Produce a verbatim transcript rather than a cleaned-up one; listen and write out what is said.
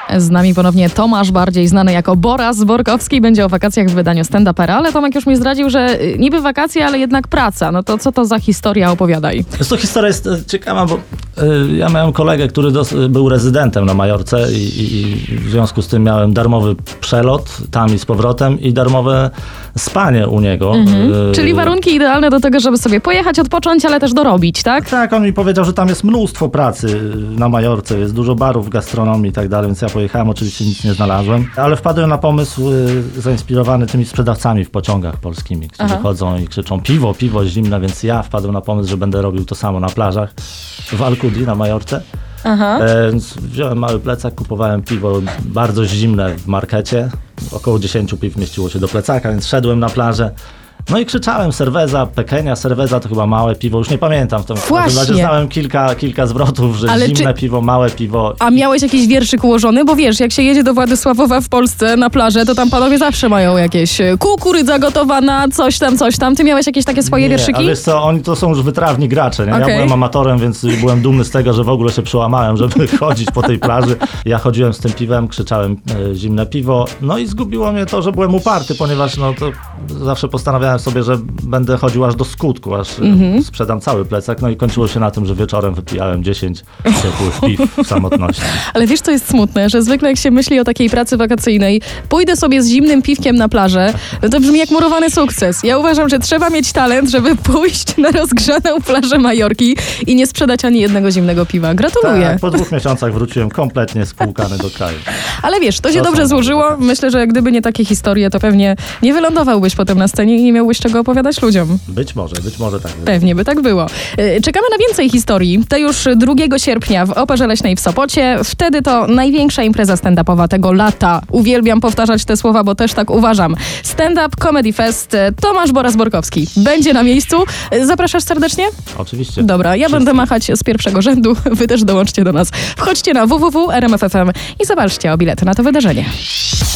Z nami ponownie Tomasz, bardziej znany jako Boras Borkowski, będzie o wakacjach w wydaniu stand-upera, ale Tomek już mi zdradził, że niby wakacje, ale jednak praca. No to co to za historia? Opowiadaj. To historia jest ciekawa, bo y, ja miałem kolegę, który dos- był rezydentem na Majorce i, i, i w związku z tym miałem darmowy przelot tam i z powrotem i darmowe spanie u niego. Mhm. Y, Czyli warunki idealne do tego, żeby sobie pojechać, odpocząć, ale też dorobić, tak? Tak, on mi powiedział, że tam jest mnóstwo pracy na Majorce, jest dużo barów, gastronomii i tak dalej, więc ja pojechałem, oczywiście nic nie znalazłem, ale wpadłem na pomysł y, zainspirowany tymi sprzedawcami w pociągach polskimi, którzy Aha. chodzą i krzyczą piwo, piwo zimne, więc ja wpadłem na pomysł, że będę robił to samo na plażach w Alcudi na Majorce. Aha. E, więc wziąłem mały plecak, kupowałem piwo bardzo zimne w markecie, około dziesięć piw mieściło się do plecaka, więc szedłem na plażę. No i krzyczałem cerveza, pequeña cerveza, to chyba małe piwo, już nie pamiętam. W tym Właśnie. razie znałem kilka, kilka zwrotów, że Ale zimne czy- piwo, małe piwo. A miałeś jakiś wierszyk ułożony? Bo wiesz, jak się jedzie do Władysławowa w Polsce na plażę, to tam panowie zawsze mają jakieś e, kukurydza gotowana, coś tam, coś tam. Ty miałeś jakieś takie swoje Nie, wierszyki? a wiesz co, oni to są już wytrawni gracze, nie? Okej. Ja byłem amatorem, więc byłem dumny z tego, że w ogóle się przełamałem, żeby chodzić po tej plaży. Ja chodziłem z tym piwem, krzyczałem e, zimne piwo, no i zgubiło mnie to, że byłem uparty, ponieważ no to zawsze postanawiałem sobie, że będę chodził aż do skutku, aż mm-hmm. sprzedam cały plecak, no i kończyło się na tym, że wieczorem wypijałem dziesięć ciepłych piw w samotności. Ale wiesz, co jest smutne? Że zwykle jak się myśli o takiej pracy wakacyjnej, pójdę sobie z zimnym piwkiem na plażę, no to brzmi jak murowany sukces. Ja uważam, że trzeba mieć talent, żeby pójść na rozgrzaną plażę Majorki i nie sprzedać ani jednego zimnego piwa. Gratuluję. Tak, po dwóch miesiącach wróciłem kompletnie spłukany do kraju. Ale wiesz, to się To dobrze są złożyło. wakacje. Myślę, że gdyby nie takie historie, to pewnie nie wylądowałbyś potem na scenie i nie miałbyś czego opowiadać ludziom. Być może, być może tak. Pewnie by tak było. Yy, Czekamy na więcej historii. To już drugiego sierpnia w Operze Leśnej w Sopocie. Wtedy to największa impreza stand-upowa tego lata. Uwielbiam powtarzać te słowa, bo też tak uważam. Stand Up Comedy Fest. Tomasz Boras Borkowski będzie na miejscu. Yy, Zapraszasz serdecznie? Oczywiście. Dobra, ja będę machać z pierwszego rzędu. Wy też dołączcie do nas. Wchodźcie na w w w kropka r m f f m i zobaczcie o bilety na to wydarzenie.